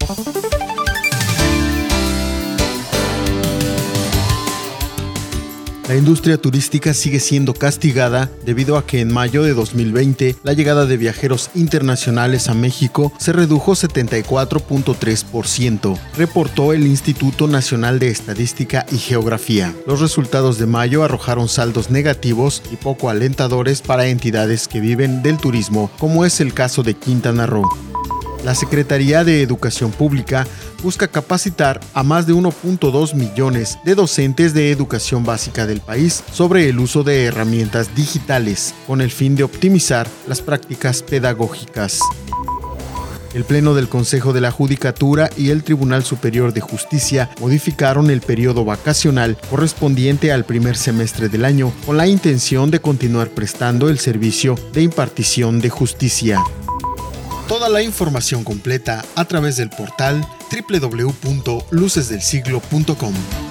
La industria turística sigue siendo castigada debido a que en mayo de 2020 la llegada de viajeros internacionales a México se redujo 74.3%, reportó el Instituto Nacional de Estadística y Geografía. Los resultados de mayo arrojaron saldos negativos y poco alentadores para entidades que viven del turismo, como es el caso de Quintana Roo. La Secretaría de Educación Pública busca capacitar a más de 1.2 millones de docentes de educación básica del país sobre el uso de herramientas digitales, con el fin de optimizar las prácticas pedagógicas. El Pleno del Consejo de la Judicatura y el Tribunal Superior de Justicia modificaron el periodo vacacional correspondiente al primer semestre del año, con la intención de continuar prestando el servicio de impartición de justicia. Toda la información completa a través del portal www.lucesdelsiglo.com.